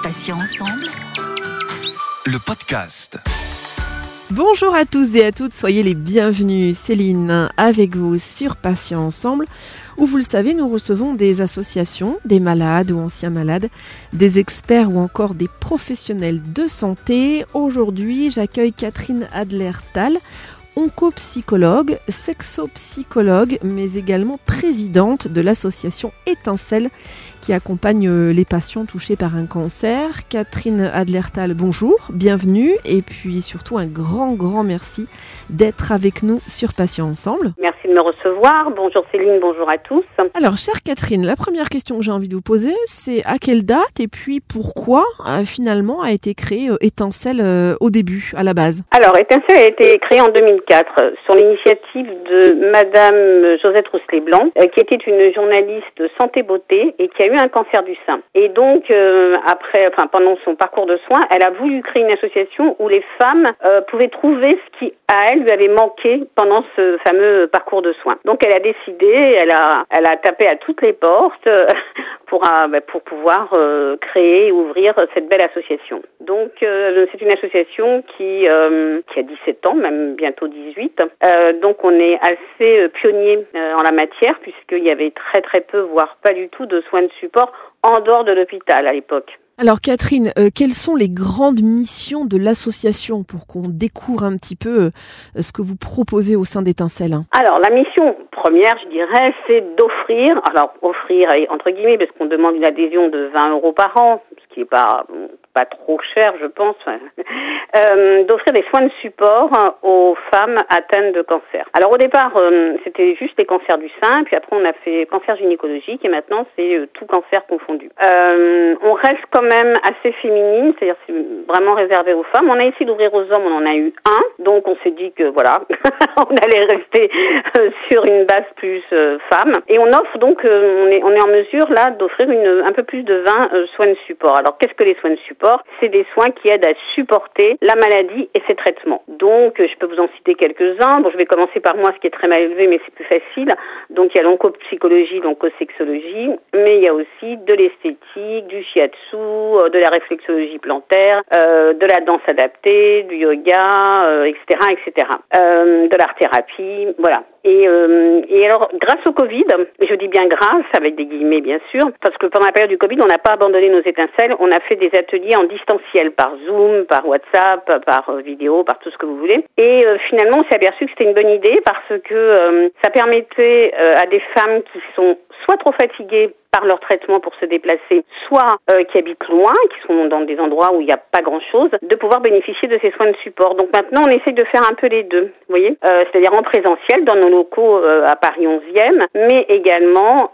Patients ensemble, le podcast. Bonjour à tous et à toutes, soyez les bienvenus. Céline avec vous sur Patients ensemble, où vous le savez, nous recevons des associations, des malades ou anciens malades, des experts ou encore des professionnels de santé. Aujourd'hui, j'accueille Catherine Adler-Tall, oncopsychologue, sexopsychologue, mais également présidente de l'association Étincelle qui accompagne les patients touchés par un cancer. Catherine Adler-Tall, bonjour, bienvenue et puis surtout un grand merci d'être avec nous sur Patients ensemble. Merci de me recevoir. Bonjour Céline, bonjour à tous. Alors, chère Catherine, la première question que j'ai envie de vous poser, c'est à quelle date et puis pourquoi finalement a été créé Étincelle au début, à la base? Alors, Étincelle a été créée en 2004 sur l'initiative de Madame Josette Rousselet-Blanc, qui était une journaliste santé-beauté et qui a eu un cancer du sein. Et donc, pendant son parcours de soins, elle a voulu créer une association où les femmes pouvaient trouver ce qui, à elle, lui avait manqué pendant ce fameux parcours de soins. Donc, elle a décidé, elle a tapé à toutes les portes pour pouvoir créer et ouvrir cette belle association. Donc, c'est une association qui a 17 ans, même bientôt 18. Donc, on est assez pionnier en la matière puisqu'il y avait très peu, voire pas du tout, de soins de support en dehors de l'hôpital à l'époque. Alors Catherine, quelles sont les grandes missions de l'association pour qu'on découvre un petit peu ce que vous proposez au sein d'Étincelle? Alors la mission première, je dirais, c'est offrir entre guillemets, parce qu'on demande une adhésion de 20 € par an, ce qui est pas trop cher, je pense, d'offrir des soins de support aux femmes atteintes de cancer. Alors au départ, c'était juste les cancers du sein, puis après on a fait cancer gynécologique, et maintenant c'est tout cancer confondu. On reste quand même assez féminine, c'est-à-dire c'est vraiment réservé aux femmes. On a essayé d'ouvrir aux hommes, on en a eu un, donc on s'est dit que voilà, on allait rester sur une base plus femme, et on offre donc, on est en mesure là d'offrir un peu plus de 20 soins de support. Alors qu'est-ce que les soins de support? C'est des soins qui aident à supporter la maladie et ses traitements. Donc, je peux vous en citer quelques-uns. Bon, je vais commencer par moi, ce qui est très mal élevé, mais c'est plus facile. Donc, il y a l'oncopsychologie, l'oncosexologie, mais il y a aussi de l'esthétique, du shiatsu, de la réflexologie plantaire, de la danse adaptée, du yoga, etc., de l'art-thérapie, voilà. Et alors, grâce au Covid, je dis bien grâce, avec des guillemets bien sûr, parce que pendant la période du Covid, on n'a pas abandonné nos étincelles, on a fait des ateliers en distanciel, par Zoom, par WhatsApp, par vidéo, par tout ce que vous voulez. Et finalement, on s'est aperçu que c'était une bonne idée parce que ça permettait à des femmes qui sont soit trop fatiguées par leur traitement pour se déplacer, soit qui habitent loin, qui sont dans des endroits où il n'y a pas grand-chose, de pouvoir bénéficier de ces soins de support. Donc maintenant, on essaye de faire un peu les deux, vous voyez, c'est-à-dire en présentiel dans nos locaux à Paris 11e, mais également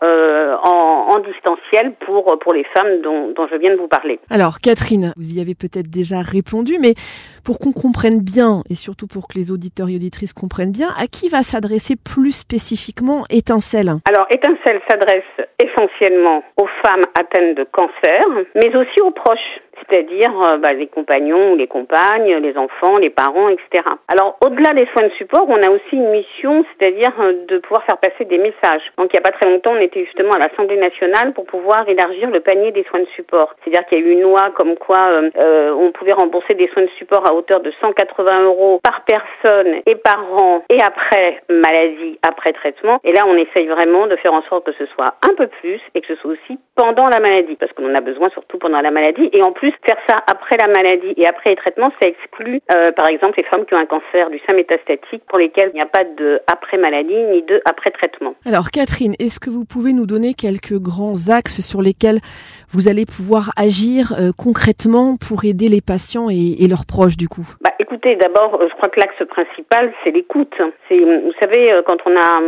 en distanciel pour les femmes dont je viens de vous parler. Alors Catherine, vous y avez peut-être déjà répondu, mais pour qu'on comprenne bien, et surtout pour que les auditeurs et auditrices comprennent bien, à qui va s'adresser plus spécifiquement Étincelle? Alors Étincelle s'adresse essentiellement aux femmes atteintes de cancer, mais aussi aux proches, c'est-à-dire les compagnons ou les compagnes, les enfants, les parents, etc. Alors, au-delà des soins de support, on a aussi une mission, c'est-à-dire de pouvoir faire passer des messages. Donc, il n'y a pas très longtemps, on était justement à l'Assemblée nationale pour pouvoir élargir le panier des soins de support. C'est-à-dire qu'il y a eu une loi comme quoi on pouvait rembourser des soins de support à hauteur de 180 € par personne et par an, et après maladie, après traitement. Et là, on essaye vraiment de faire en sorte que ce soit un peu plus et que ce soit aussi pendant la maladie, parce qu'on en a besoin surtout pendant la maladie. Et en plus, faire ça après la maladie et après les traitements, ça exclut par exemple les femmes qui ont un cancer du sein métastatique pour lesquelles il n'y a pas de après-maladie ni de après-traitement. Alors Catherine, est-ce que vous pouvez nous donner quelques grands axes sur lesquels vous allez pouvoir agir concrètement pour aider les patients et leurs proches du coup? Écoutez, d'abord, je crois que l'axe principal, c'est l'écoute. Vous savez, quand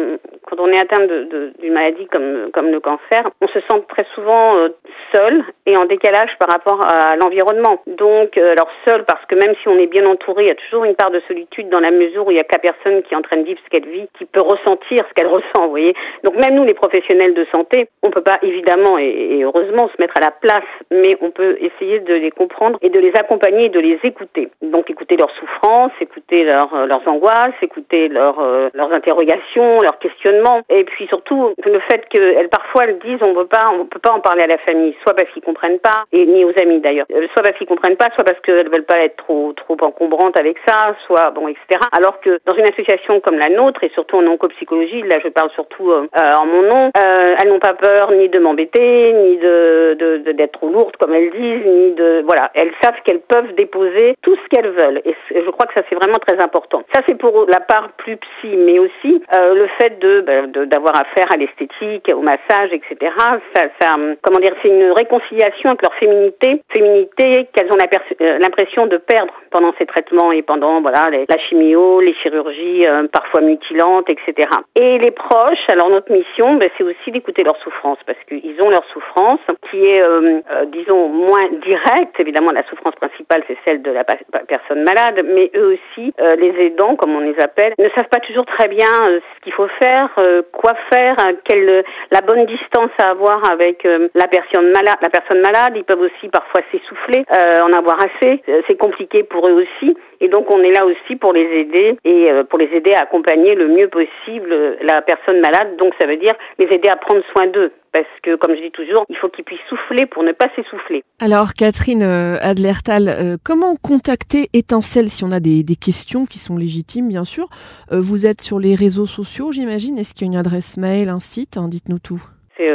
on est atteint d'une maladie comme le cancer, on se sent très souvent seul et en décalage par rapport à l'environnement. Donc, alors seul parce que même si on est bien entouré, il y a toujours une part de solitude dans la mesure où il n'y a que la personne qui est en train de vivre ce qu'elle vit, qui peut ressentir ce qu'elle ressent, vous voyez. Donc même nous, les professionnels de santé, on peut pas évidemment et heureusement se mettre à la place, mais on peut essayer de les comprendre et de les accompagner et de les écouter. Donc écouter leurs souffrances, écouter leurs angoisses, écouter leurs interrogations, leurs questionnements, et puis surtout le fait qu'elles parfois elles disent on peut pas en parler à la famille, soit parce qu'ils comprennent comprennent pas, et ni aux amis d'ailleurs. Soit parce qu'ils comprennent pas, soit parce qu'elles veulent pas être trop encombrantes avec ça, soit etc. Alors que dans une association comme la nôtre, et surtout en oncopsychologie, là je parle surtout en mon nom, elles n'ont pas peur ni de m'embêter, ni d'être trop lourdes comme elles disent, ni voilà. Elles savent qu'elles peuvent déposer tout ce qu'elles veulent, et je crois que ça c'est vraiment très important. Ça c'est pour la part plus psy, mais aussi le fait d'avoir affaire à l'esthétique, au massage, etc. Comment dire, c'est une réconciliation avec leur féminité qu'elles ont l'impression de perdre pendant ces traitements et pendant la chimio, les chirurgies parfois mutilantes, etc. Et les proches, alors notre mission, c'est aussi d'écouter leur souffrance, parce qu'ils ont leur souffrance qui est, disons, moins directe. Évidemment, la souffrance principale, c'est celle de la personne malade, mais eux aussi, les aidants, comme on les appelle, ne savent pas toujours très bien ce qu'il faut faire, quoi faire, la bonne distance à avoir avec la personne malade. Ils peuvent aussi parfois s'essouffler, en avoir assez. C'est compliqué pour eux aussi. Et donc, on est là aussi pour les aider et pour les aider à accompagner le mieux possible la personne malade. Donc, ça veut dire les aider à prendre soin d'eux. Parce que, comme je dis toujours, il faut qu'ils puissent souffler pour ne pas s'essouffler. Alors, Catherine Adlertal, comment contacter Étincelle si on a des questions qui sont légitimes, bien sûr? Vous êtes sur les réseaux sociaux, j'imagine. Est-ce qu'il y a une adresse mail, un site? Dites-nous tout. C'est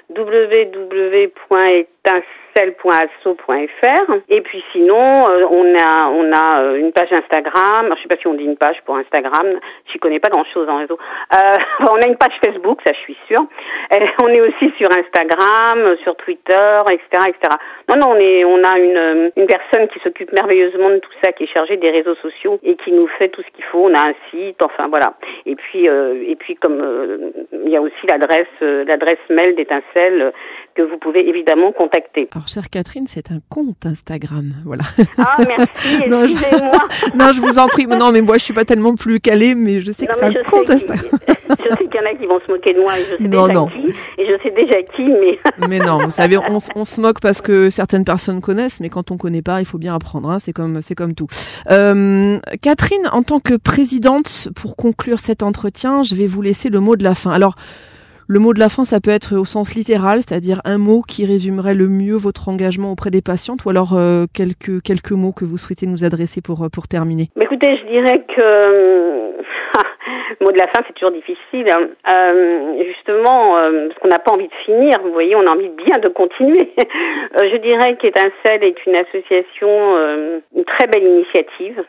www.etancelle.asso.fr. Et puis sinon, on a une page Instagram. Je sais pas si on dit une page pour Instagram. J'y connais pas grand-chose en réseau. On a une page Facebook, ça je suis sûre. On est aussi sur Instagram, sur Twitter, etc., etc. Non, on a une personne qui s'occupe merveilleusement de tout ça, qui est chargée des réseaux sociaux et qui nous fait tout ce qu'il faut. On a un site, enfin voilà. Et puis comme il y a aussi l'adresse mail d'Étincelle que vous pouvez évidemment contacter. Alors, chère Catherine, c'est un compte Instagram, voilà. Ah, merci, excusez-moi. Non, je vous en prie. Non, mais moi, je suis pas tellement plus calée, mais je sais que c'est un compte Instagram. Je sais qu'il y en a qui vont se moquer de moi, et je sais déjà qui, mais... Mais non, vous savez, on se moque parce que certaines personnes connaissent, mais quand on connaît pas, il faut bien apprendre, hein, c'est comme tout. Catherine, en tant que présidente, pour conclure cet entretien, je vais vous laisser le mot de la fin. Alors, le mot de la fin, ça peut être au sens littéral, c'est-à-dire un mot qui résumerait le mieux votre engagement auprès des patientes, ou alors quelques mots que vous souhaitez nous adresser pour terminer. Mais écoutez, je dirais que le mot de la fin, c'est toujours difficile. Justement, parce qu'on n'a pas envie de finir. Vous voyez, on a envie de continuer. Je dirais qu'Étincelle est une association, une très belle initiative,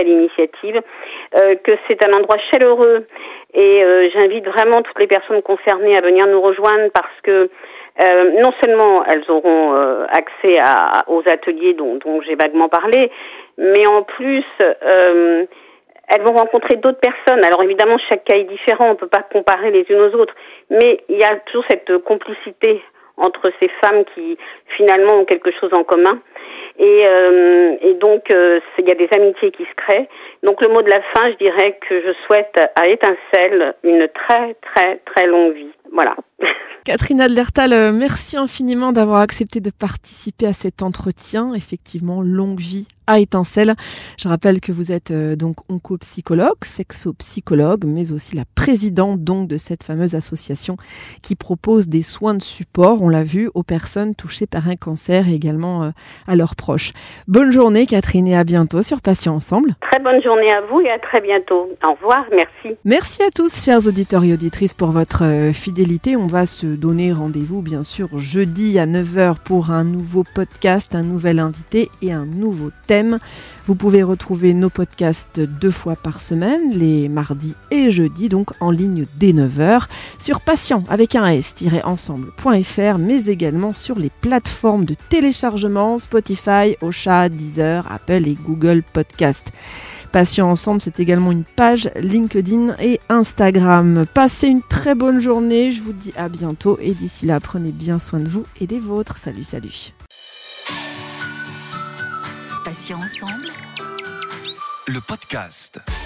que c'est un endroit chaleureux. Et j'invite vraiment toutes les personnes concernées à venir nous rejoindre parce que non seulement elles auront accès aux ateliers dont j'ai vaguement parlé, mais en plus elles vont rencontrer d'autres personnes. Alors évidemment, chaque cas est différent, on ne peut pas comparer les unes aux autres, mais il y a toujours cette complicité entre ces femmes qui finalement ont quelque chose en commun. Et donc, il y a des amitiés qui se créent. Donc, le mot de la fin, je dirais que je souhaite à Étincelle une très, très, très longue vie. Voilà. Catherine Adlertal, merci infiniment d'avoir accepté de participer à cet entretien. Effectivement, longue vie à Étincelle. Je rappelle que vous êtes donc oncopsychologue, sexopsychologue, mais aussi la présidente donc de cette fameuse association qui propose des soins de support, on l'a vu, aux personnes touchées par un cancer et également à leurs proches. Bonne journée Catherine et à bientôt sur Patients Ensemble. Très bonne journée à vous et à très bientôt. Au revoir, merci. Merci à tous, chers auditeurs et auditrices, pour votre fidélité. On va se donner rendez-vous, bien sûr, jeudi à 9h pour un nouveau podcast, un nouvel invité et un nouveau thème. Vous pouvez retrouver nos podcasts 2 fois par semaine, les mardis et jeudis, donc en ligne dès 9h, sur patient avec un s-ensemble.fr, mais également sur les plateformes de téléchargement Spotify, Ocha, Deezer, Apple et Google Podcast. Patients Ensemble, c'est également une page LinkedIn et Instagram. Passez une très bonne journée, je vous dis à bientôt et d'ici là, prenez bien soin de vous et des vôtres. Salut, salut. Patients Ensemble, le podcast.